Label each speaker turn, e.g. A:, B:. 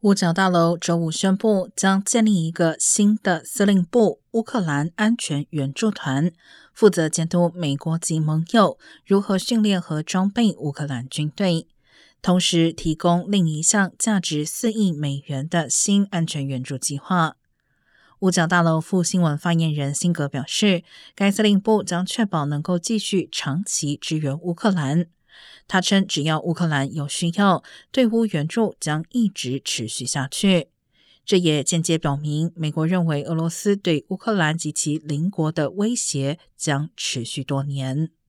A: 五角大楼周五宣布，将建立一个新的司令部乌克兰安全援助团，负责监督美国及盟友如何训练和装备乌克兰军队，同时提供另一项价值4亿美元的新安全援助计划。五角大楼副新闻发言人辛格表示，该司令部将确保能够继续长期支援乌克兰。他称，只要乌克兰有需要，对乌援助将一直持续下去。这也间接表明，美国认为俄罗斯对乌克兰及其邻国的威胁将持续多年。